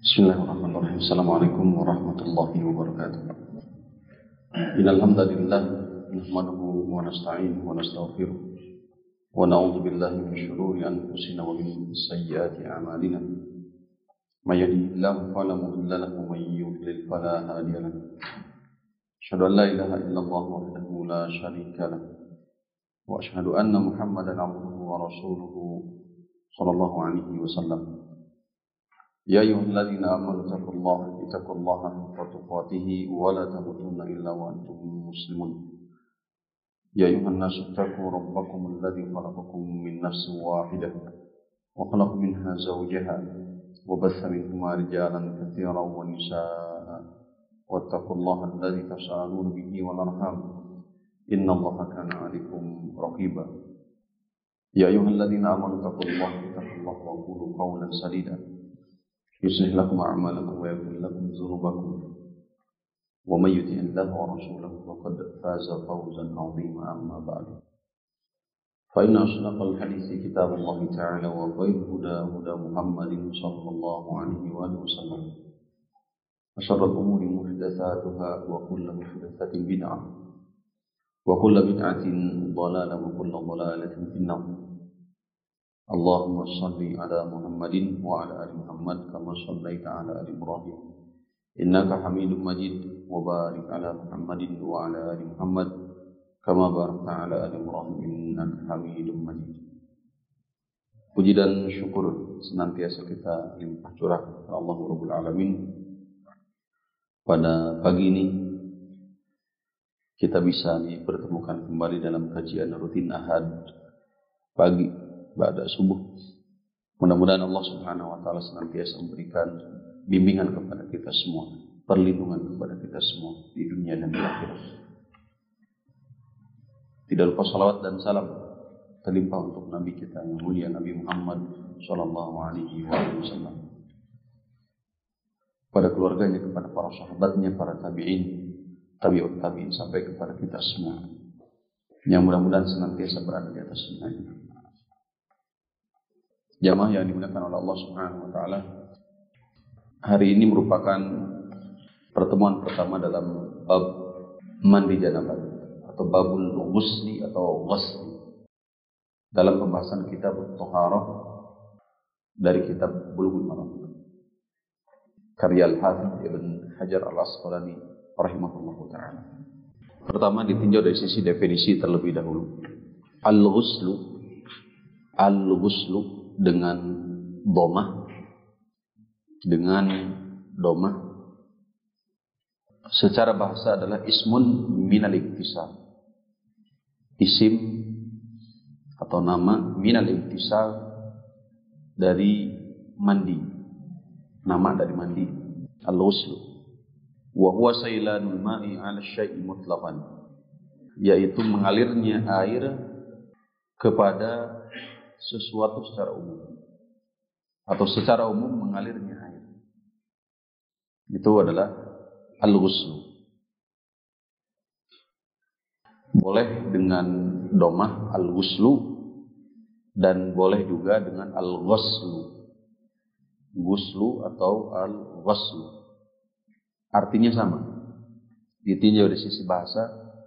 Bismillahirrahmanirrahim. Assalamualaikum warahmatullahi wabarakatuh. Innal hamdalillah nahmaduhu wa nasta'inuhu wa nastaghfiruh wa na'udzu billahi min shururi anfusina wa min sayyiati a'malina. May yahdihillahu fala mudilla lahu wa may yudlil fala hadiya lahu. Asyhadu an la ilaha illallah wahdahu la syarika lahu wa asyhadu anna Muhammadan 'abduhu wa rasuluhu sallallahu alaihi wasallam. يا أيها الذين آمنوا اتقوا الله حق تقاته ولا تموتن إلا وأنتم مسلمون يا أيها الناس اتقوا ربكم الذي خلقكم من نفس واحدة وخلق منها زوجها وبث منهما رجالا كثيرا ونساء واتقوا الله الذي تساءلون به والأرحام إن الله كان عليكم رقيبا يا أيها الذين آمنوا اتقوا الله وقولوا قولا سديدا يصلح لكم أعمالكم ويغفر لكم ذنوبكم ومن يطع الله ورسوله فقد فاز فوزا عظيما أما بعد فإن أصدق الحديث كتاب الله تعالى وخير الهدى هدى محمد صلى الله عليه وآله وسلم وشر الأمور محدثاتها وكل محدثة بدعة وكل بدعة ضلالة وكل ضلالة في النار اللهم صل على محمد وعلى آل محمد كما صليت على آل إبراهيم إنك حميد مجيد وبارك على محمد وعلى آل محمد كما باركت على آل إبراهيم إنك حميد مجيد. Puji dan syukur senantiasa kita limpah curahkan kepada Allah Rabbul Alamin. Pada pagi ini kita bisa dipertemukan kembali dalam kajian rutin Ahad pagi pada subuh. Mudah-mudahan Allah Subhanahu wa taala senantiasa memberikan bimbingan kepada kita semua, perlindungan kepada kita semua di dunia dan di akhirat. Tidak lupa salawat dan salam terlimpah untuk Nabi kita yang mulia Nabi Muhammad sallallahu alaihi wasallam. Kepada keluarganya, kepada para sahabatnya, para tabi'in, tabi'ut tabi'in sampai kepada kita semua. Yang mudah-mudahan senantiasa berada di atas sunnah. Jamaah yang dimuliakan oleh Allah Subhanahu wa taala. Hari ini merupakan pertemuan pertama dalam bab mandi janabah atau babul ghusli atau ghusli. Dalam pembahasan kitab Thaharah dari kitab Bulughul Maram. Karya Al-Hafidz Ibn Hajar Al-Asqalani rahimahullahu taala. Pertama ditinjau dari sisi definisi terlebih dahulu. Al-ghuslu dengan domah secara bahasa adalah ismun minal iktisal, isim atau nama minal iktisal dari mandi, nama dari mandi. Al-ghuslu wa huwa sailanul ma'i 'ala syai'i mutlaqan, yaitu mengalirnya air kepada sesuatu secara umum atau secara umum mengalirnya air. Itu adalah al-ghuslu. Boleh dengan domah al-ghuslu dan boleh juga dengan al-ghuslu. Ghuslu atau al-ghuslu artinya sama. Ditinjau dari sisi bahasa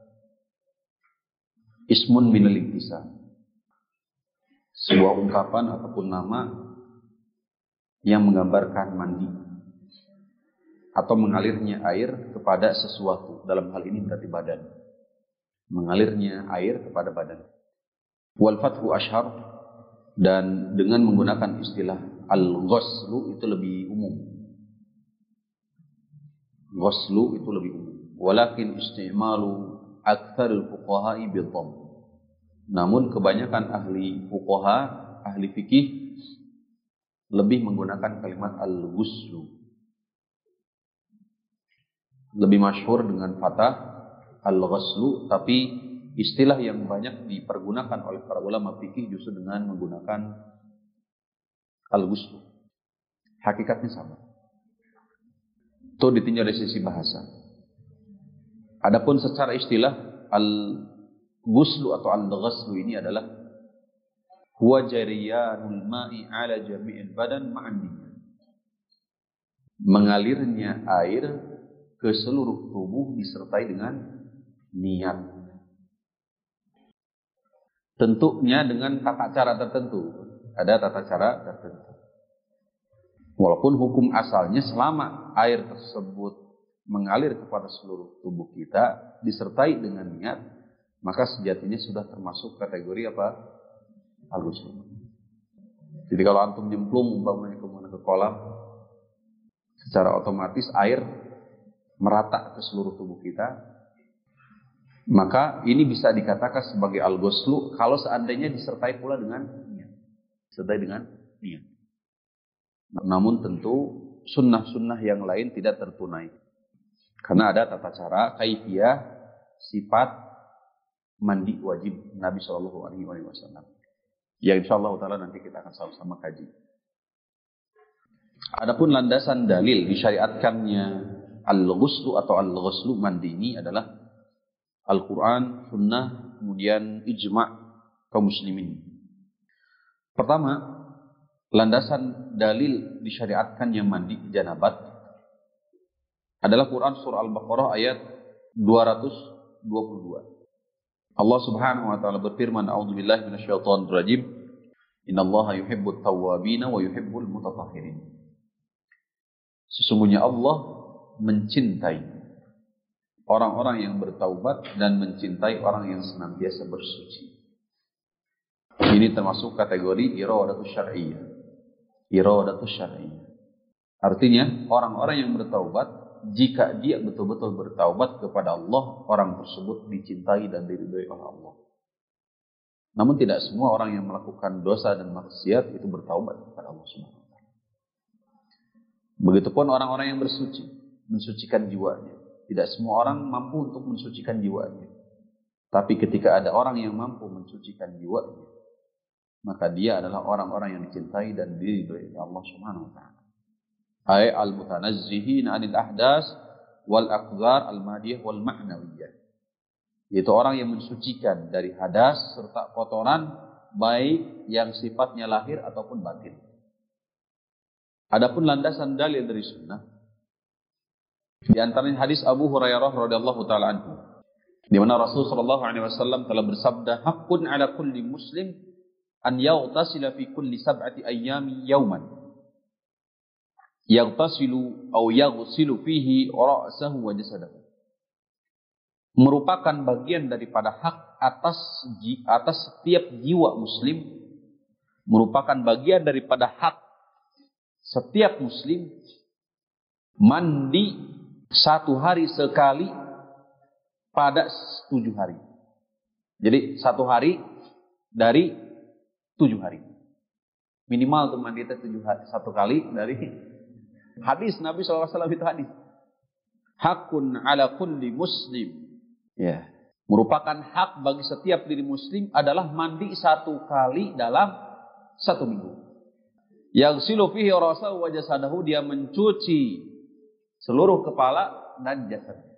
ismun minal iktisal, sebuah ungkapan ataupun nama yang menggambarkan mandi atau mengalirnya air kepada sesuatu. Dalam hal ini berarti badan, mengalirnya air kepada badan. Wal fathu ashhar, dan dengan menggunakan istilah al-ghuslu itu lebih umum. Ghuslu itu lebih umum. Walakin istimalu aktsarul fuqaha'i bil-dhamm. Namun kebanyakan ahli fuqaha, ahli fikih lebih menggunakan kalimat al-ghuslu. Lebih masyhur dengan fathah al-ghuslu, tapi istilah yang banyak dipergunakan oleh para ulama fikih justru dengan menggunakan al-ghuslu. Hakikatnya sama. Itu ditinjau dari sisi bahasa. Adapun secara istilah al-ghuslu atau al-ghuslu ini adalah huwa jariyanul ma'i ala jami'il badan ma'an niyah. mengalirnya air ke seluruh tubuh disertai dengan niat. Tentunya dengan tata cara tertentu. Ada tata cara tertentu. Walaupun hukum asalnya selama air tersebut mengalir kepada seluruh tubuh kita disertai dengan niat, maka sejatinya sudah termasuk kategori apa? Al-ghusl. Jadi kalau antum nyemplung umpamanya ke kolam, secara otomatis air merata ke seluruh tubuh kita, maka ini bisa dikatakan sebagai al-ghusl kalau seandainya disertai pula dengan niat. Disertai dengan niat. Namun tentu sunnah-sunnah yang lain tidak tertunai. Karena ada tata cara, kaifiyah, sifat mandi wajib Nabi Shallallahu Alaihi Wasallam. Ya insyaallah taala nanti kita akan sama-sama kaji. Adapun landasan dalil disyariatkannya al-ghuslu atau al-ghuslu mandi ini adalah Al-Quran, Sunnah, kemudian ijma' kaum muslimin. Pertama, landasan dalil disyariatkannya mandi janabat adalah Quran surah Al-Baqarah ayat 222. Allah Subhanahu wa taala berfirman, "A'udzubillahi minasyaitonir rajim. Innallaha yuhibbut tawwabin wa yuhibbul mutatahhirin." Sesungguhnya Allah mencintai orang-orang yang bertaubat dan mencintai orang yang senantiasa bersuci. Ini termasuk kategori iradatus syar'iyyah. Iradatus syar'iyyah. Artinya, orang-orang yang bertaubat, jika dia betul-betul bertaubat kepada Allah, orang tersebut dicintai dan diridhai oleh Allah. Namun tidak semua orang yang melakukan dosa dan maksiat itu bertaubat kepada Allah Subhanahu wa taala. Begitupun orang-orang yang bersuci, mensucikan jiwanya. Tidak semua orang mampu untuk mensucikan jiwanya. Tapi ketika ada orang yang mampu mensucikan jiwanya, maka dia adalah orang-orang yang dicintai dan diridhai oleh Allah Subhanahu wa taala. Ay al-mutanazzihin 'anil ahdas wal aqdar al-madiyah wal ma'nawiyah. Yaitu orang yang mensucikan dari hadas serta kotoran baik yang sifatnya lahir ataupun batin. Adapun landasan dalil dari sunnah di antaranya hadis Abu Hurairah radhiyallahu taala anhu, di mana Rasul sallallahu alaihi wasallam telah bersabda, "Haqqun 'ala kulli muslim an yaghtasila fi kulli sab'ati ayyami yawman. Yaghtasilu atau yaghsilu fihi ra'sahu wa jasadahu." Merupakan bagian daripada hak atas setiap jiwa muslim, merupakan bagian daripada hak setiap muslim mandi 1 hari sekali pada 7 hari. Jadi 1 hari dari 7 hari. Minimal tuh mandi itu 7 hari, 1 kali dari hadis Nabi SAW itu hadis. Hakun ala kulli muslim. Ya. Merupakan hak bagi setiap diri muslim adalah mandi 1 kali dalam 1 minggu. Yaghsilu fihi ra'sahu wa jasadahu, dia mencuci seluruh kepala dan jasadnya.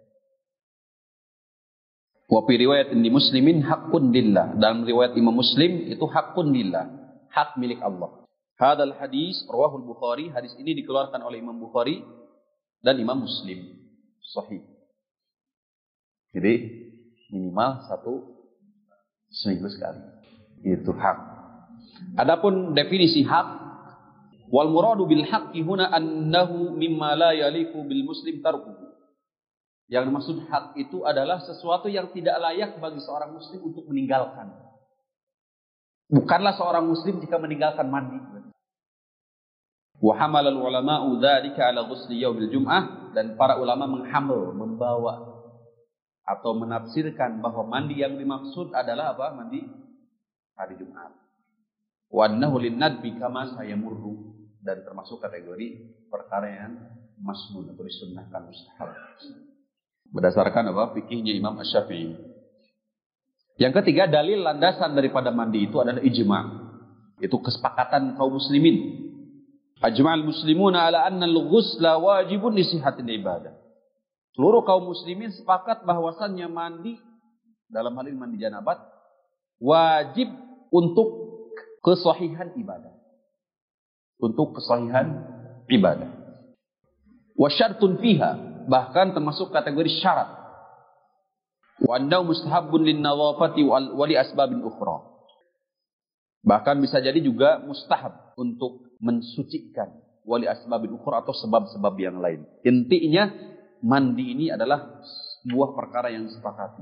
Wa fi riwayatin di muslimin haqqun lillah. Dalam riwayat Imam Muslim itu haqqun lillah, hak milik Allah. Hadal hadis rawahul Bukhari. Hadis ini dikeluarkan oleh Imam Bukhari dan Imam Muslim. Sahih. Jadi minimal 1 seminggu sekali. Itu hak. Adapun definisi hak, wal muradu bil haqqi huna annahu mimma la yaliqu bil muslim tarkuhu. Yang dimaksud hak itu adalah sesuatu yang tidak layak bagi seorang muslim untuk meninggalkan. Bukanlah seorang muslim jika meninggalkan mandi. Wa hamala al ulama'u dzalika ala ghusli yaumil jum'ah, dan para ulama membawa atau menafsirkan bahwa mandi yang dimaksud adalah apa? Mandi hari Jumat. Wa annahu linnadbi kama sayamurru, dan termasuk kategori perkara yang masnun atau disunnahkan, mustahab. Berdasarkan apa? Fikihnya Imam Asy-Syafi'i. Yang ketiga, dalil landasan daripada mandi itu adalah ijma'. Itu kesepakatan kaum muslimin. Ajma'al muslimuna ala anna al-ghusla wajibun li sihhatil ibadah. Seluruh kaum muslimin sepakat bahwasannya mandi, dalam hal ini mandi janabat, wajib untuk kesahihan ibadah. Untuk kesahihan ibadah. Wa syartun fiha, bahkan termasuk kategori syarat. Wa annahu mustahabbun lin nadhafati wa li asbabin ukhra. Bahkan bisa jadi juga mustahab untuk mensucikan wali asbabin ukhra atau sebab-sebab yang lain. Intinya mandi ini adalah sebuah perkara yang disepakati.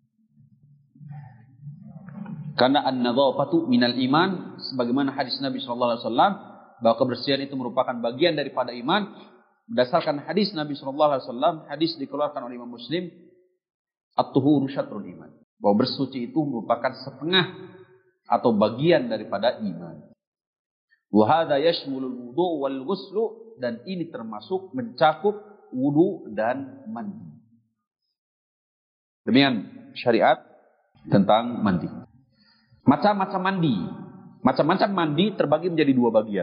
Karena an-nadhafatu minal iman, sebagaimana hadis Nabi sallallahu alaihi wasallam bahwa kebersihan itu merupakan bagian daripada iman. Berdasarkan hadis Nabi sallallahu alaihi wasallam, hadis dikeluarkan oleh Imam Muslim, at-tuhuru syatrul iman. Bahwa bersuci itu merupakan setengah atau bagian daripada iman. Wa hadza yashmulul wudu' wal ghuslu, dan ini termasuk mencakup wudu dan mandi. Demikian syariat tentang mandi. Macam-macam mandi. Macam-macam mandi terbagi menjadi dua bagian.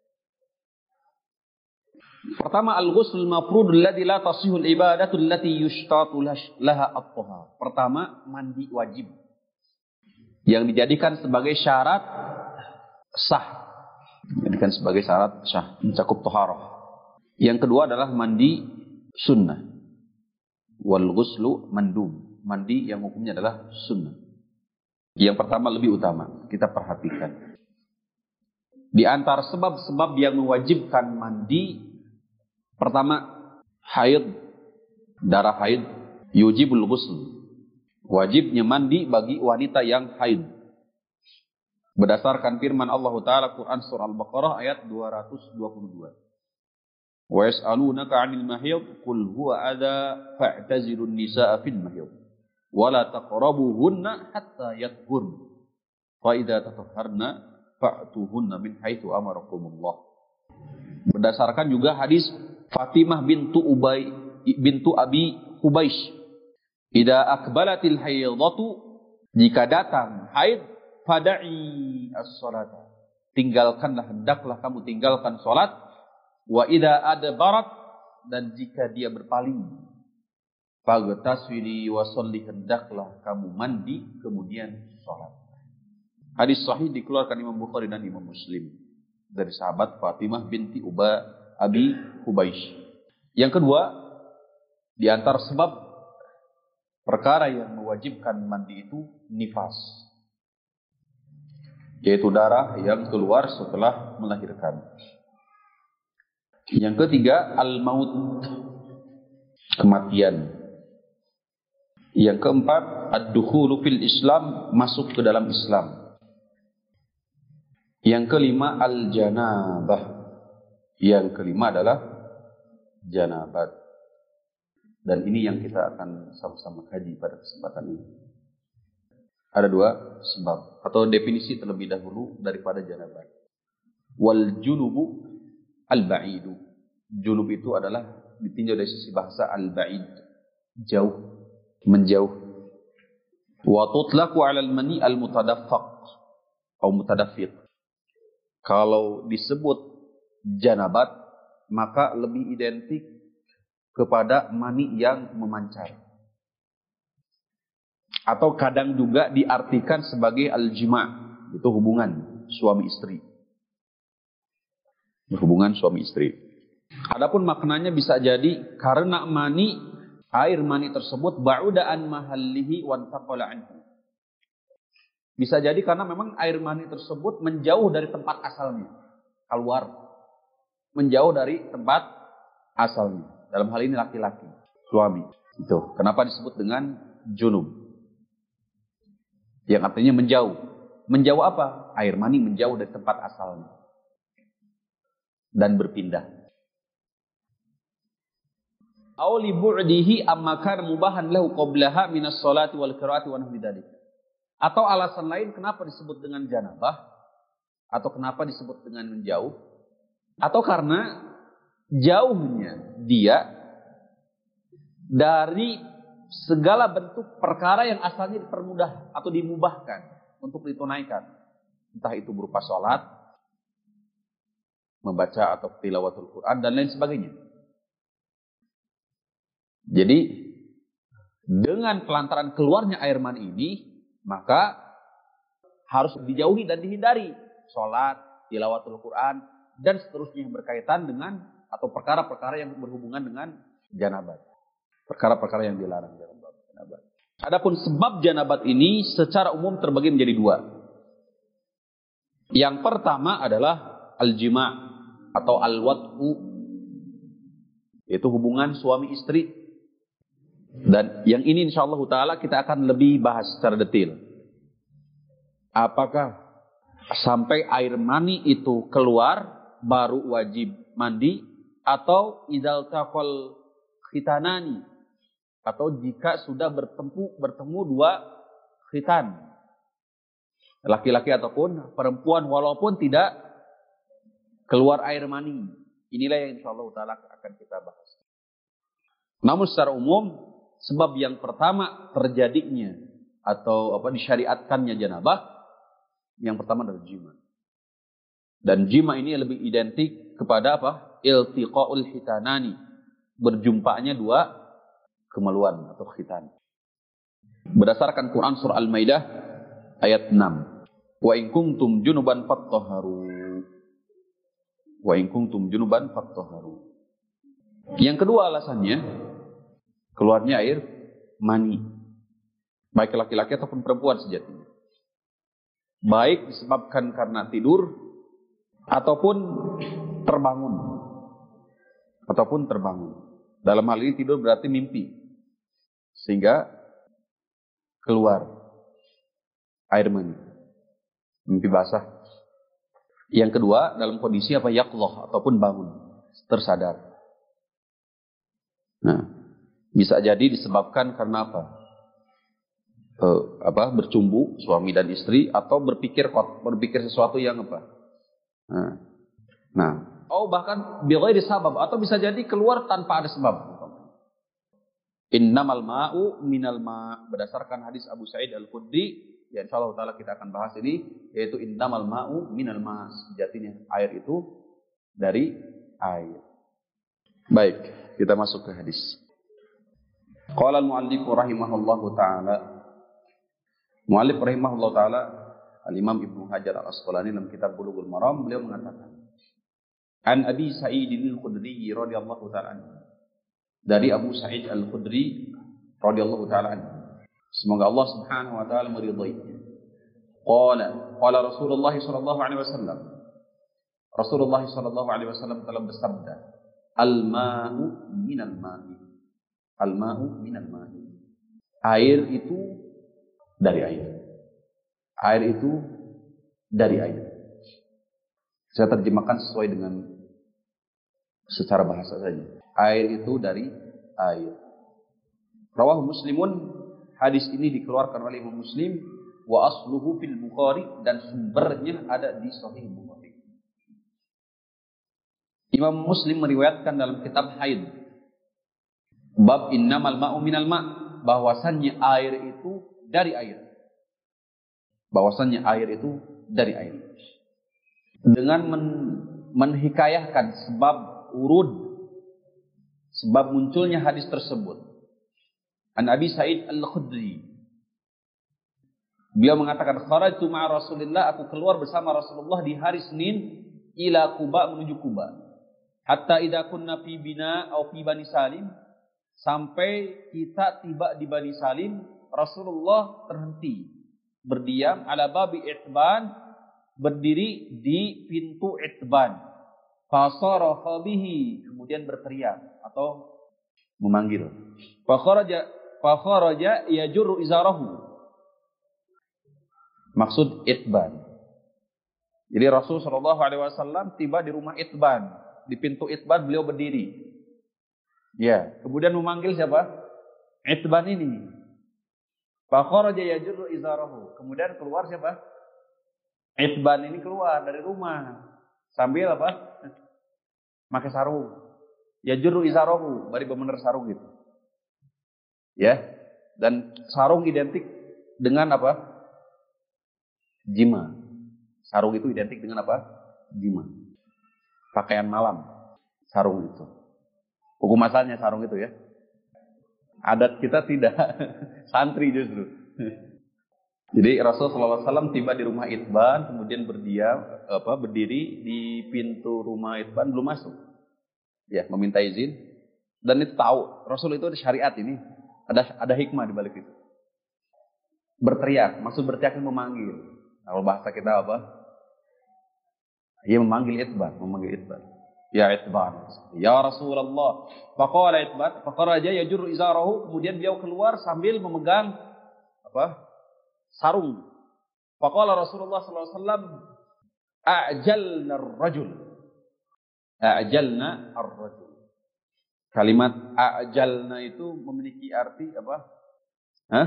Pertama, al-ghuslul mafrudul ladzi la tasihul ibadatu allati yushtatu laha at-tahar. Pertama, mandi wajib yang dijadikan sebagai syarat sah. Dijadikan sebagai syarat sah, mencakup taharah. Yang kedua adalah mandi sunnah. Wal ghuslu mandub, mandi yang hukumnya adalah sunnah. Yang pertama lebih utama, kita perhatikan. Di antara sebab-sebab yang mewajibkan mandi, pertama, haid, darah haid, yujibul ghusl. Wajibnya mandi bagi wanita yang haid. Berdasarkan firman Allah Ta'ala Quran Surah Al-Baqarah ayat 222. Wa yas'alunaka 'anil mahid qul huwa adha fa'tazilun nisaa fil mahid wa la taqrabuhunna hatta yathhurna fa idza tatahharna fa'tuhunna min haitsu amarakumullah. Berdasarkan juga hadis Fatimah bintu Abi Hubaysh, idza akbalatil haidatu, jika datang haid, fada'i as-salata, tinggalkanlah, hendaklah kamu tinggalkan salat. Wa idza adbarat, dan jika dia berpaling, faghtasili wa sholli, hendaklah kamu mandi kemudian salat. Hadis sahih dikeluarkan Imam Bukhari dan Imam Muslim dari sahabat Fatimah binti Abi Hubaysh. Yang kedua, di antara sebab perkara yang mewajibkan mandi itu nifas, yaitu darah yang keluar setelah melahirkan. Yang ketiga, al-maut, kematian. Yang keempat, ad-dukhulu fil Islam, masuk ke dalam Islam. Yang kelima, al-janabah. Yang kelima adalah janabat. Dan ini yang kita akan sama-sama kaji pada kesempatan ini. Ada dua sebab atau definisi terlebih dahulu daripada janabat. Wal junubu al-ba'idu. Junub itu adalah ditinjau dari sisi bahasa al-ba'id, jauh, menjauh. Wa tutlaqu 'ala al-mani al-mutadaffaq atau mutadaffiq. Kalau disebut janabat, maka lebih identik kepada mani yang memancar. Atau kadang juga diartikan sebagai al-jima', itu hubungan suami istri. Hubungan suami istri. Adapun maknanya bisa jadi karena mani, air mani tersebut ba'uda an mahallihi wa antaqala anhu. Bisa jadi karena memang air mani tersebut menjauh dari tempat asalnya, keluar, menjauh dari tempat asalnya. Dalam hal ini laki-laki, suami. Itu kenapa disebut dengan junub, yang artinya menjauh. Menjauh apa? Air mani menjauh dari tempat asalnya dan berpindah. Aw li bu'dihi amma kana mubahan lahu qablaha minas salati wal qiraati wa nahwi dzalik. Atau alasan lain kenapa disebut dengan janabah, atau kenapa disebut dengan menjauh, atau karena jauhnya dia dari segala bentuk perkara yang asalnya dipermudah atau dimubahkan untuk ditunaikan. Entah itu berupa sholat, membaca atau tilawatul Quran, dan lain sebagainya. Jadi dengan pelantaran keluarnya air mani ini, maka harus dijauhi dan dihindari sholat, tilawatul Quran, dan seterusnya yang berkaitan dengan atau perkara-perkara yang berhubungan dengan janabat. Perkara-perkara yang dilarang dalam bab janabat. Adapun sebab janabat ini secara umum terbagi menjadi dua. Yang pertama adalah al-jima' atau al-wat'u, yaitu hubungan suami istri. Dan yang ini insyaallah ta'ala kita akan lebih bahas secara detail. Apakah sampai air mani itu keluar baru wajib mandi, atau idzal taqal khitanani, atau jika sudah bertemu dua khitan, laki-laki ataupun perempuan, walaupun tidak keluar air mani. Inilah yang insyaallah ta'ala akan kita bahas. Namun secara umum, sebab yang pertama terjadinya atau disyariatkannya janabah, yang pertama adalah jima. Dan jima ini lebih identik kepada iltiqaul hitanani, berjumpanya dua kemaluan atau khitan. Berdasarkan Quran surah Al-Maidah ayat 6. Wa in kuntum junuban fattahharu. Wa in kuntum junuban fattahharu. Yang kedua alasannya keluarnya air mani, baik laki-laki ataupun perempuan sejatinya. Baik disebabkan karena tidur ataupun terbangun. Dalam hal ini tidur berarti mimpi, sehingga keluar air mani, mimpi basah. Yang kedua dalam kondisi yaqظah ataupun bangun, tersadar. Nah, bisa jadi disebabkan karena bercumbu suami dan istri, atau berpikir sesuatu yang atau bahkan bighairi sabab, atau bisa jadi keluar tanpa ada sebab. Innamal ma'u minal ma', berdasarkan hadis Abu Sa'id Al-Khudri, ya insyaallah taala kita akan bahas ini, yaitu innamal ma'u minal ma', sejatinya air itu dari air. Baik, kita masuk ke hadis. Qala al-mu'allif rahimahullahu ta'ala. Mu'allif rahimahullahu ta'ala, Al-Imam Ibnu Hajar Al-Asqalani dalam kitab Bulughul Maram, beliau mengatakan, An Abi Sa'id Al-Khudri radhiyallahu ta'ala anhu. Dari Abu Sa'id Al-Khudri radhiyallahu ta'ala anhu. Semoga Allah Subhanahu wa taala meridainya. Qala Rasulullah sallallahu alaihi wasallam. Rasulullah sallallahu alaihi wasallam telah bersabda, Al-ma'u minal ma'i. Al-ma'u minal ma'i. Air itu dari air. Air itu dari air. Saya terjemahkan sesuai dengan secara bahasa saja. Air itu dari air. Rawahu Muslimun, hadis ini dikeluarkan oleh Imam Muslim, wa asluhu fil Bukhari, dan sumbernya ada di Sahih Bukhari. Imam Muslim meriwayatkan dalam kitab Haid, bab innamal ma'u minal ma', bahwasannya air itu dari air. Bahwasannya air itu dari air. Dengan menhikayahkan sebab munculnya hadis tersebut. An Abi Sa'id Al-Khudri, beliau mengatakan, kharajtu ma'a Rasulillah, aku keluar bersama Rasulullah di hari Senin ila Quba, menuju Quba. Hatta idza kunna fi Bina atau fi Bani Salim, sampai kita tiba di Bani Salim, Rasulullah terhenti, berdiam ala babi Itban, berdiri di pintu Itban. Fasaraha bihi, kemudian berteriak atau memanggil. Fakharaja yajurru izarahu. Maksud Itban. Jadi Rasul sallallahu alaihi wasallam tiba di rumah Itban, di pintu Itban beliau berdiri. Ya, kemudian memanggil siapa? Itban ini. Fakharaja yajurru izarahu. Kemudian keluar siapa? Itban ini keluar dari rumah sambil pakai sarung. Yajurru izarahu, bari bener sarung gitu. Ya. Dan sarung identik dengan jima. Sarung itu identik dengan jima. Pakaian malam. Sarung itu. Hukum asalnya sarung itu ya. Adat kita tidak, santri justru. Jadi Rasulullah SAW tiba di rumah Itban, kemudian berdiri di pintu rumah Itban, belum masuk. Ya, meminta izin. Dan itu tahu, Rasul itu ada syariat ini. Ada hikmah di balik itu. Berteriak, maksud berteriak itu memanggil. Nah, kalau bahasa kita apa? Ia memanggil Itban. Ya Itban. Ya Rasulullah. Faqala Itban. Faqaraja yajurru izarahu. Kemudian beliau keluar sambil memegang apa? Sarung. Faqala Rasulullah SAW. A'jalna ar-rajul. A'jalna ar-rajul. Kalimat a'jalna itu memiliki arti apa? Hah?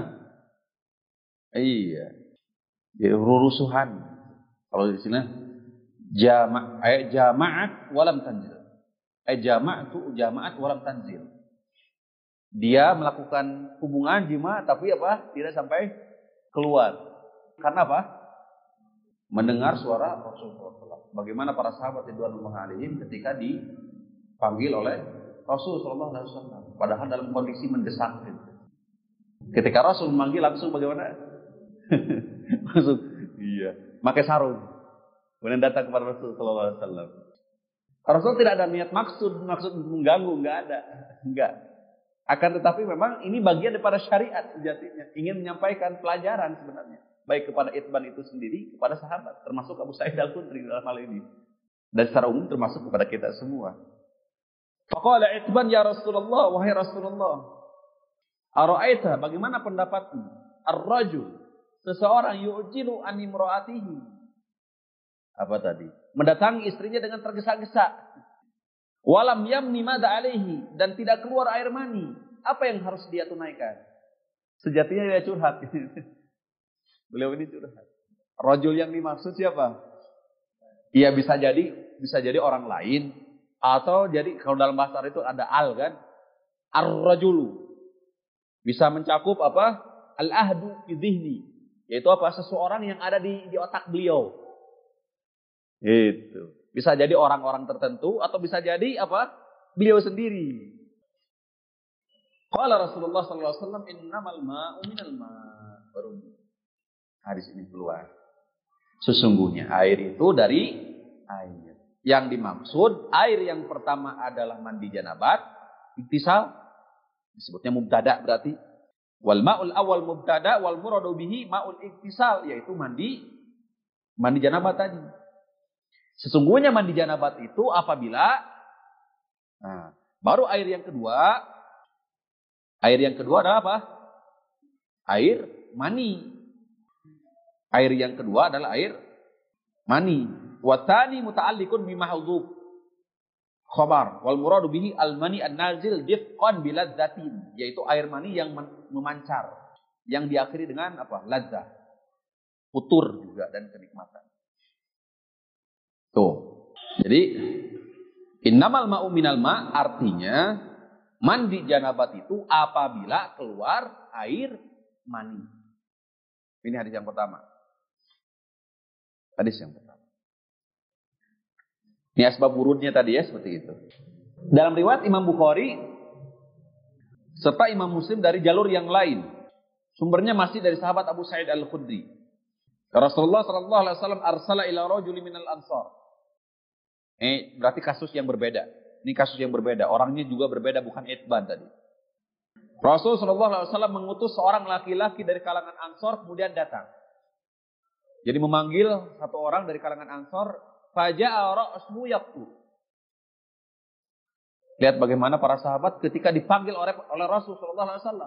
Iya. Rurusuhan. Kalau di sini jama'at walam tanzil. Jama'at walam tanzil. Dia melakukan hubungan jima tapi apa? Tidak sampai keluar. Karena apa? Mendengar suara Rasulullah. Bagaimana para sahabat ridwanullah alaihim ketika dipanggil oleh Rasul sallallahu alaihi wasallam, padahal dalam kondisi mendesak. Ketika Rasul memanggil langsung bagaimana? Langsung iya, pakai sarung. Kemudian datang kepada Rasul sallallahu alaihi wasallam. Rasul tidak ada niat maksud mengganggu, enggak. Akan tetapi memang ini bagian daripada syariat sejatinya, ingin menyampaikan pelajaran sebenarnya. Baik kepada Itban itu sendiri, kepada sahabat, termasuk Abu Sa'id Al-Khudri dalam hal ini. Dan secara umum termasuk kepada kita semua. Faqala Itban ya Rasulullah, wahai Rasulullah. Ara'aita, bagaimana pendapatmu? Ar-rajul, seseorang yu'jilu an imra'atihi. Apa tadi? Mendatangi istrinya dengan tergesa-gesa. Walam yamni madza alaihi, dan tidak keluar air mani. Apa yang harus dia tunaikan? Sejatinya dia curhat. Beliau ini curhat. Rajul yang dimaksud siapa? Iya bisa jadi orang lain atau jadi kalau dalam bahasa Arab itu ada al kan? Ar-rajulu. Bisa mencakup apa? Al-ahdu fi dhihni. Yaitu apa? Seseorang yang ada di otak beliau. Itu. Bisa jadi orang-orang tertentu atau bisa jadi apa? Beliau sendiri. Qala Rasulullah sallallahu alaihi wasallam innamal ma'u minal ma'. Baru hadis ini keluar. Sesungguhnya air itu dari air. Yang dimaksud air yang pertama adalah mandi janabat, iktisal, disebutnya mubtada berarti. Wal ma'ul awal mubtada wal muradu bihi ma'ul iktisal, yaitu mandi janabat tadi. Sesungguhnya mandi janabat itu apabila baru air yang kedua adalah apa? Air mani. Air yang kedua adalah air mani. Watani muta'alliqun bi mahdhuf khabar wal muradu bihi al mani an nazil difqan bi ladzatin, yaitu air mani yang memancar yang diakhiri dengan apa? Ladzah. Futur juga dan kenikmatan. Tuh. Jadi innamal ma'u minal ma' artinya mandi janabat itu apabila keluar air mani. Ini hadis yang pertama. Hadis yang pertama. Ini asbab wurudnya tadi ya seperti itu. Dalam riwayat Imam Bukhari serta Imam Muslim dari jalur yang lain. Sumbernya masih dari sahabat Abu Sa'id Al-Khudri. Rasulullah sallallahu alaihi wasallam arsala ila rajulin minal ansar. Berarti kasus yang berbeda. Ini kasus yang berbeda. Orangnya juga berbeda, bukan Itban tadi. Rasul sallallahu alaihi wasallam mengutus seorang laki-laki dari kalangan Ansor kemudian datang. Jadi memanggil satu orang dari kalangan Ansor, faja'a ra'suhu yaqtu. Lihat bagaimana para sahabat ketika dipanggil oleh Rasul sallallahu alaihi wasallam.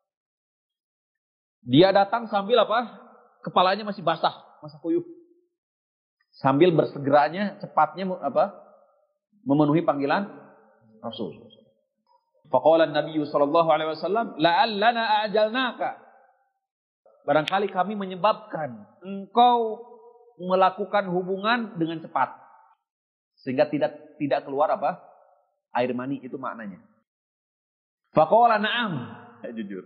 Dia datang sambil apa? Kepalanya masih basah kuyup. Sambil bersegeranya cepatnya apa? Memenuhi panggilan Rasul. Faqala an-nabiy sallallahu alaihi wasallam, la'allana ajalnaka. Barangkali kami menyebabkan engkau melakukan hubungan dengan cepat sehingga tidak keluar apa? Air mani, itu maknanya. Faqala na'am. Jujur.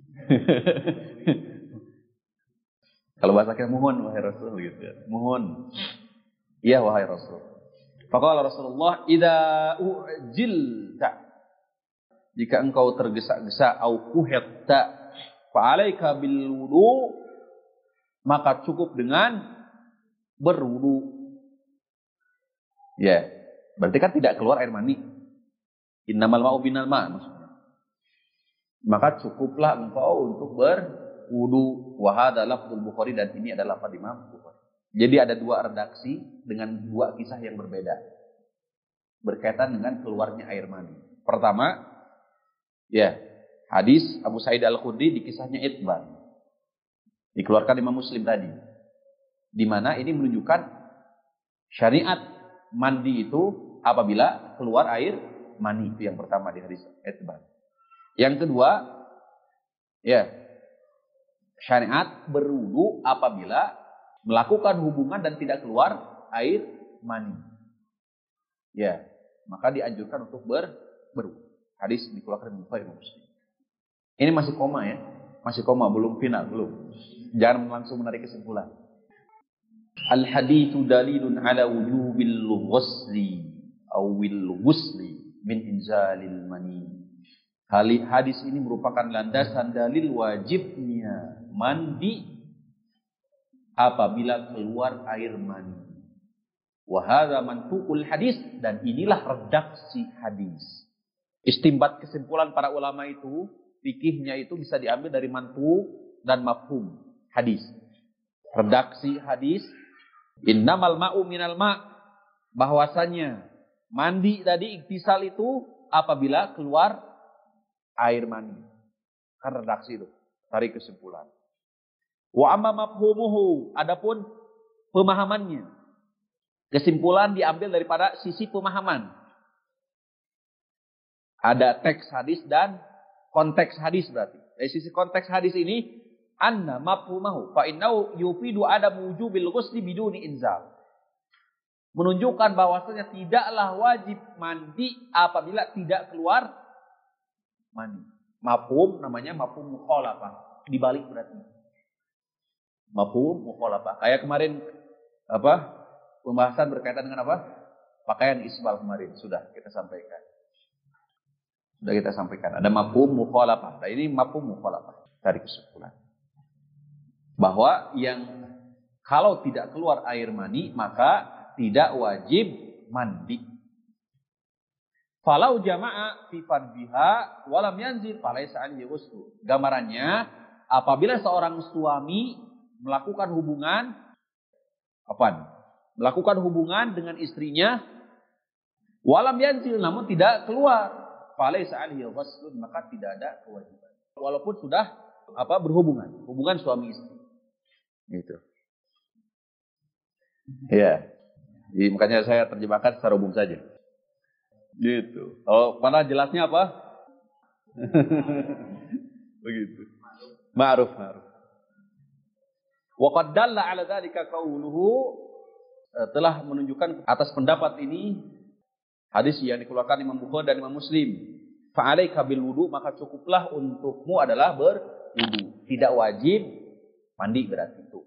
Kalau bahasa kita mohon wahai Rasul gitu ya. Mohon. Iya wahai Rasul. Faqala Rasulullah idza ujilta, jika engkau tergesa-gesa au kuhitta fa'alaika bil wudu, maka cukup dengan berwudu. Ya, berarti kan tidak keluar air mani. Innamal ma'u binal ma' maksudnya. Maka cukuplah engkau untuk berwudu. Wa hadza lafdzul Bukhari, dan ini adalah lafaz Imam Bukhari. Jadi ada dua redaksi dengan dua kisah yang berbeda berkaitan dengan keluarnya air mani. Pertama, ya, hadis Abu Sa'id Al-Khudri di kisahnya Itban. Dikeluarkan Imam Muslim tadi. Di mana ini menunjukkan syariat mandi itu apabila keluar air mani. Itu yang pertama di hadis Itban. Yang kedua, ya, syariat berwudu apabila melakukan hubungan dan tidak keluar air mani. Ya, maka dianjurkan untuk berwudu. Hadis dikeluarkan oleh Imam Muslim. Ini masih koma ya. Masih koma, belum final, belum. Jangan langsung menarik kesimpulan. Al-haditsu dalilun ala wujubil ghusli awil ghusli min inzalil mani. Hadis ini merupakan landasan dalil wajibnya mandi apabila keluar air mani. Wa hadza mantuqul hadis, dan inilah redaksi hadis. Istinbat kesimpulan para ulama itu, fikihnya itu bisa diambil dari mantuq dan mafhum hadis. Redaksi hadis, innamal ma'u minal ma', bahwasanya mandi tadi iktisal itu apabila keluar air mani. Kan redaksi itu, tarik kesimpulan. Wa amma mafhumuhu, adapun pemahamannya, kesimpulan diambil daripada sisi pemahaman. Ada teks hadis dan konteks hadis berarti. Dari sisi konteks hadis ini, anna mafhumahu fa innahu yufidu adam wujubil ghusli biduni inzal. Menunjukkan bahwasanya tidaklah wajib mandi apabila tidak keluar mandi. Mafhum namanya mafhum mukhalafah. Dibalik berarti. Mafhum mukhalafah. Kayak kemarin pembahasan berkaitan dengan apa? Pakaian isbal kemarin sudah kita sampaikan. Ada mafhum mukhalafah. Nah, ini mafhum mukhalafah dari kesimpulan. Bahwa yang kalau tidak keluar air mani maka tidak wajib mandi. Falau jama'a fi fardhiha walam yanzil falaisa alaihi ghusl. Gambarannya, apabila seorang suami melakukan hubungan dengan istrinya walam yanzil, namun tidak keluar, falaisa alaihi ghusl, maka tidak ada kewajiban. Walaupun sudah hubungan suami istri. Gitu. Ya. Jadi, makanya saya terjemahkan secara umum saja. Gitu. Oh, mana jelasnya apa? Begitu. Ma'ruf. Wa qad dalla 'ala dzalika qauluhu, telah menunjukkan atas pendapat ini hadis yang dikeluarkan Imam Bukhari dan Imam Muslim. Fa 'alaika bil wudu, maka cukuplah untukmu adalah berwudu. Tidak wajib mandi berarti itu.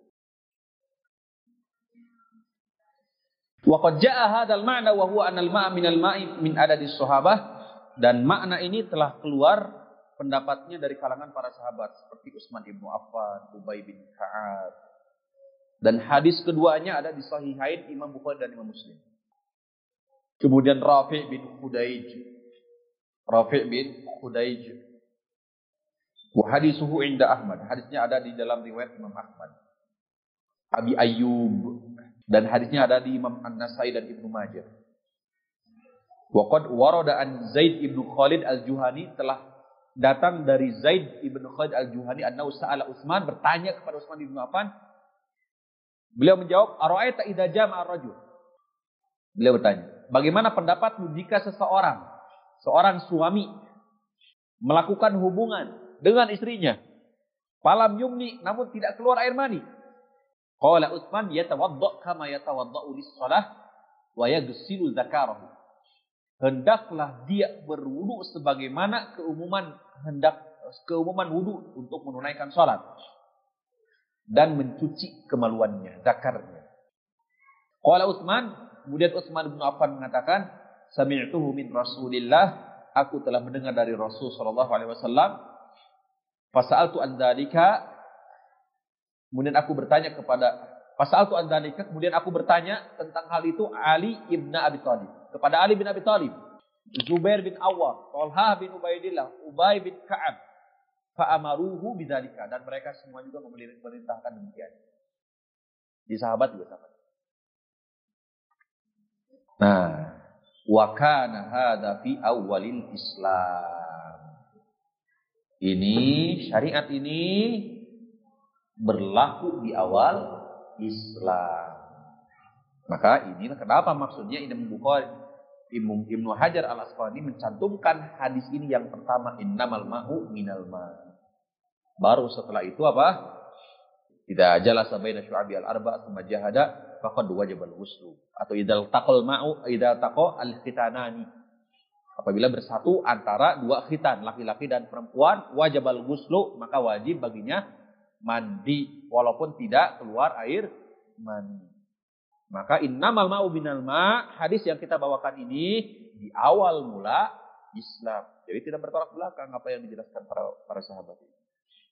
Wa qad jaa hadzal ma'na wa huwa anal ma'a minal ma'i min adadis sahabah, dan makna ini telah keluar pendapatnya dari kalangan para sahabat seperti Utsman bin Affan, Ubay bin Ka'ab. Dan hadis keduanya ada di Sahihain Imam Bukhari dan Imam Muslim. Kemudian Rafi' bin Khudaij. Wa hadisuhu inda Ahmad. Hadisnya ada di dalam riwayat Imam Ahmad. Abi Ayyub, dan hadisnya ada di Imam An-Nasai dan Ibnu Majah. Wa qad warada an Zaid ibn Khalid al-Juhani, telah datang dari Zaid ibn Khalid al-Juhani annahu sa'ala Utsman, bertanya kepada Utsman bin Affan. Beliau menjawab, ara'aita idza jama'a ar-rajul. Beliau bertanya, bagaimana pendapatmu jika seorang suami melakukan hubungan dengan istrinya, falam yumni, namun tidak keluar air mani. Qala Utsman, yatawadda kama yatawadda'u lis-shalah wa yaghsilu dzakarahu. Hendaklah dia berwudu sebagaimana keumuman wudu untuk menunaikan salat dan mencuci kemaluannya, zakarnya. Qala Utsman, kemudian Utsman bin Affan mengatakan, sami'tuhu min Rasulillah, aku telah mendengar dari Rasul sallallahu alaihi wasallam. Fasa'altu an dzalika, kemudian aku bertanya kepada Ali ibn Abi Thalib, kepada Ali bin Abi Thalib. Zubair bin Awwam, Thalhah bin Ubaidillah, Ubay bin Ka'ab, fa'amaruhu bidzalika, dan mereka semua juga memerintahkan demikian. Di sahabat juga sama. Nah, wa kana hadza fi awwalil Islam. Ini syariat ini berlaku di awal Islam. Maka inilah kenapa maksudnya Imam Bukhari, Ibnu Hajar Al-Asqalani mencantumkan hadis ini yang pertama, innamal ma'u minal ma'. Baru setelah itu apa? Idza jalasa baina syu'abi al-arba' tsumma jahada faqad wajaba al-ghuslu. Atau idza taqal ma'u idza taqa al-khitanani. Apabila bersatu antara dua khitan, laki-laki dan perempuan, wajib al-ghuslu, maka wajib baginya mandi walaupun tidak keluar air mani. Maka innamal ma'u minal ma', hadis yang kita bawakan ini di awal mula Islam. Jadi tidak bertolak belakang apa yang dijelaskan para sahabat ini.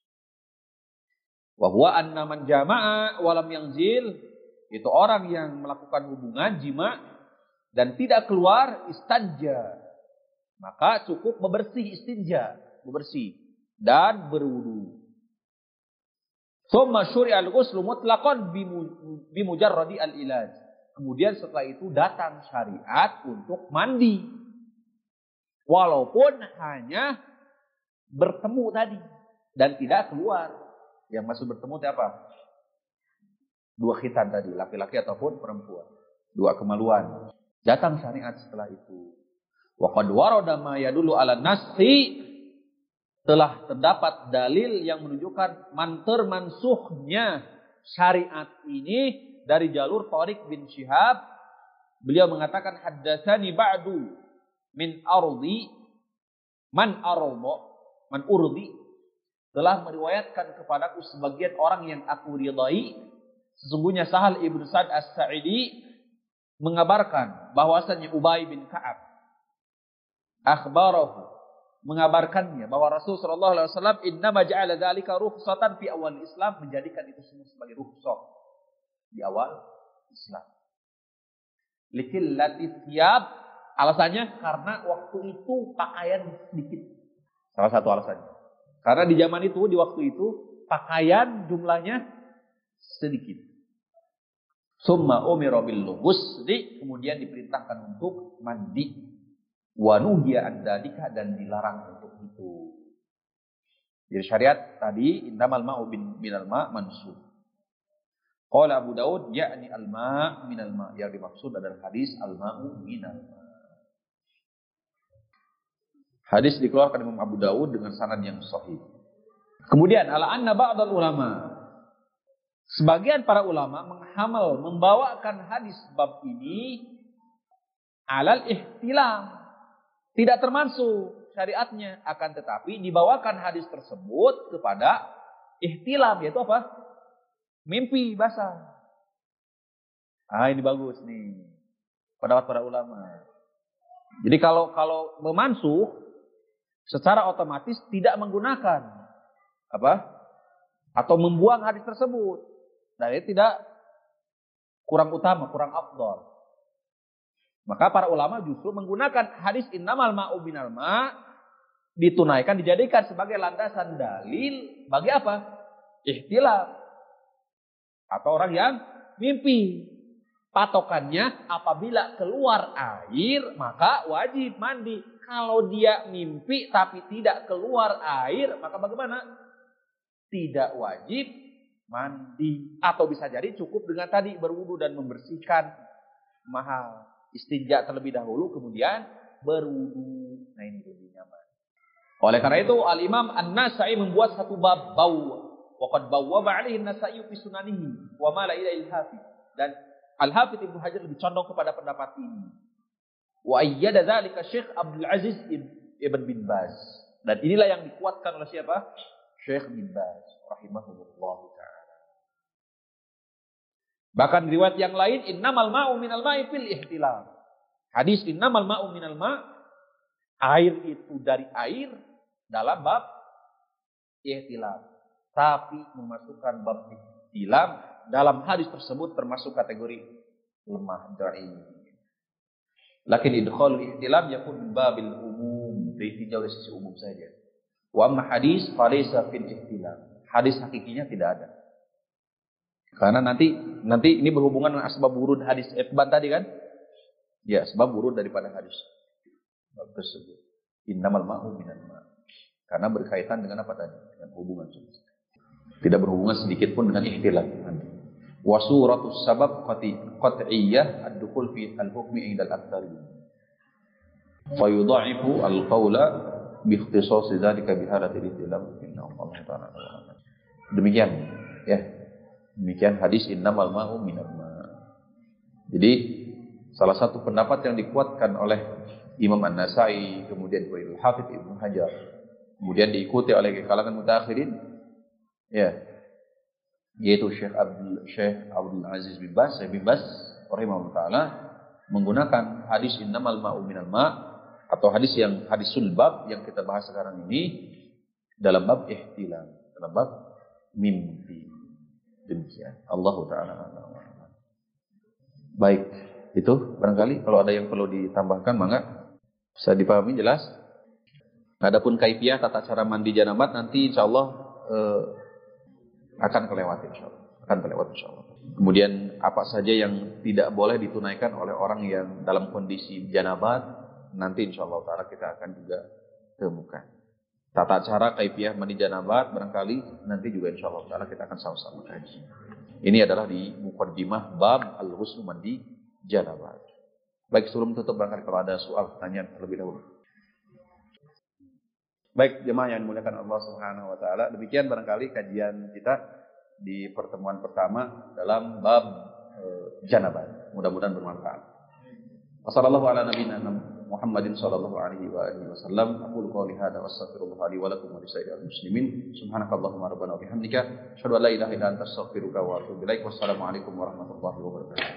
Wa huwa anna man jama'a wa lam yanzil, itu orang yang melakukan hubungan jima dan tidak keluar istanja, maka cukup istinja, membersih dan berwudu. Tsumma syuri'al ghuslu mutlaqan bimujarradi al-ilaj. Kemudian setelah itu datang syariat untuk mandi. Walaupun hanya bertemu tadi dan tidak keluar. Yang masuk bertemu itu apa? Dua khitan tadi, laki-laki ataupun perempuan. Dua kemaluan. Datang syariat setelah itu. Wa qad warada ma yadullu 'ala naskhi, telah terdapat dalil yang menunjukkan mansuhnya syariat ini dari jalur Thariq bin Syihab. Beliau mengatakan haddatsani ba'du min ardi man urdi, telah meriwayatkan kepadaku sebagian orang yang aku ridai. Sesungguhnya Sahal ibn Sa'd as-Sa'idi mengabarkan bahwasannya Ubay bin Ka'ab akhbarahu, mengabarkannya bahwa Rasulullah sallallahu alaihi wasallam innama ja'ala dzalika rukhsatan fi awal Islam, menjadikan itu semua sebagai rukhsah di awal Islam. Likillati thiyab, alasannya karena waktu itu pakaian sedikit. Salah satu alasannya. Karena di zaman itu, di waktu itu pakaian jumlahnya sedikit. Summa umira bil ghusli, kemudian diperintahkan untuk mandi. Wa nuhiya an dzalika, dan dilarang untuk itu. Jadi syariat tadi innamal ma'u minal ma' mansukh. Qala Abu Daud ya'ni al-ma' minal ma', yang dimaksud adalah hadis al-ma'u minal ma'. Hadis dikeluarkan Imam Abu Daud dengan sanad yang sahih. Kemudian ala anna ba'dal ulama, sebagian para ulama membawakan hadis bab ini alal ihtilam, tidak termasuk syariatnya, akan tetapi dibawakan hadis tersebut kepada ihtilam, yaitu apa? Mimpi basah. Ini bagus nih pendapat para ulama. Jadi kalau memansuh secara otomatis tidak menggunakan apa? Atau membuang hadis tersebut. Dan itu tidak kurang utama, kurang afdal. Maka para ulama justru menggunakan hadis innamal ma'u minal ma', ditunaikan, dijadikan sebagai landasan dalil bagi apa? Ihtilaf. Atau orang yang mimpi. Patokannya apabila keluar air maka wajib mandi. Kalau dia mimpi tapi tidak keluar air, maka bagaimana? Tidak wajib mandi. Atau bisa jadi cukup dengan tadi berwudu dan membersihkan mahal. Istinja terlebih dahulu, kemudian berwudu. Nah, ini lebih nyaman. Oleh karena itu Al-Imam An-Nasa'i membuat satu bab bawa. Wa qad bawwaba 'alaihi An-Nasa'i fi sunanihi wa ma la ilaihi al-Hafidz. Dan Al-Hafidz Ibnu Hajar lebih condong kepada pendapat ini. Wa ayyada dzalika Syekh Abdul Aziz Ibn bin Baz. Dan inilah yang dikuatkan oleh siapa? Syekh bin Baz rahimahullah ta'ala. Bahkan riwayat yang lain innamal ma'u minal ma'i fil ihtilam. Hadis innamal ma'u minal ma', air itu dari air dalam bab ihtilam. Tapi memasukkan bab ihtilam dalam hadis tersebut termasuk kategori lemah, dhaif. Lakin idkhalul ihtilam yakun min babil umum, ditinjau dari sisi umum saja. Wa amma hadis falaysa fil ihtilam. Hadis hakikinya tidak ada. Karena nanti ini berhubungan dengan asbab wurud hadis Ibban tadi kan? Ya, sebab wurud daripada hadis. Sebab tersebut. Innamal ma'u minal ma'. Karena berkaitan dengan apa tadi? Dengan hubungan. Tidak berhubungan sedikit pun dengan ihtilam. Wa suratus sabab qat'iyyah ad-dukhul fi al-hukmi 'inda al-aktsari. Fa yudha'ifu al-qawla bi ikhtisas dzalika bi halatil ihtilam. Inna Allah ta'ala. Demikian ya. Demikian hadis innamal ma'u minal ma'. Jadi salah satu pendapat yang dikuatkan oleh Imam An-Nasai, kemudian Al-Hafidz Ibnu Hajar, kemudian diikuti oleh kalangan mutaakhirin, ya, yaitu Syekh Abdul Aziz bin Baz rahimahullah taala menggunakan hadis innamal ma'u minal ma' atau hadis sulbab yang kita bahas sekarang ini dalam bab ihtilam, dalam bab mimpi. Demikian. Allahu taala. Baik, itu barangkali kalau ada yang perlu ditambahkan mangga. Bisa dipahami jelas? Adapun kaifiah tata cara mandi janabat nanti insyaallah akan kelewat insyaallah. Kemudian apa saja yang tidak boleh ditunaikan oleh orang yang dalam kondisi janabat nanti insyaallah taala kita akan juga temukan. Tata cara kaifiah mandi janabat barangkali nanti juga insyaallah taala kita akan sama-sama kaji. Ini adalah di muqaddimah bab al-ghusl mandi janabat. Baik, sebelum tutup barangkali kalau ada soal pertanyaan terlebih dahulu. Baik, jemaah yang dimuliakan Allah Subhanahu wa taala, demikian barangkali kajian kita di pertemuan pertama dalam bab janabat. Mudah-mudahan bermanfaat. Wassallallahu ala nabiyina Muhammadin sallallahu alaihi wa alihi wasallam. Aqulu qouli hadza wa astaghfirullah li wa lakum wa lisa'iril muslimin. Subhanakallahumma rabbana wa bihamdika asyhadu an la ilaha illa anta astaghfiruka wa atubu ilaik. Wassalamu alaikum warahmatullahi wabarakatuh.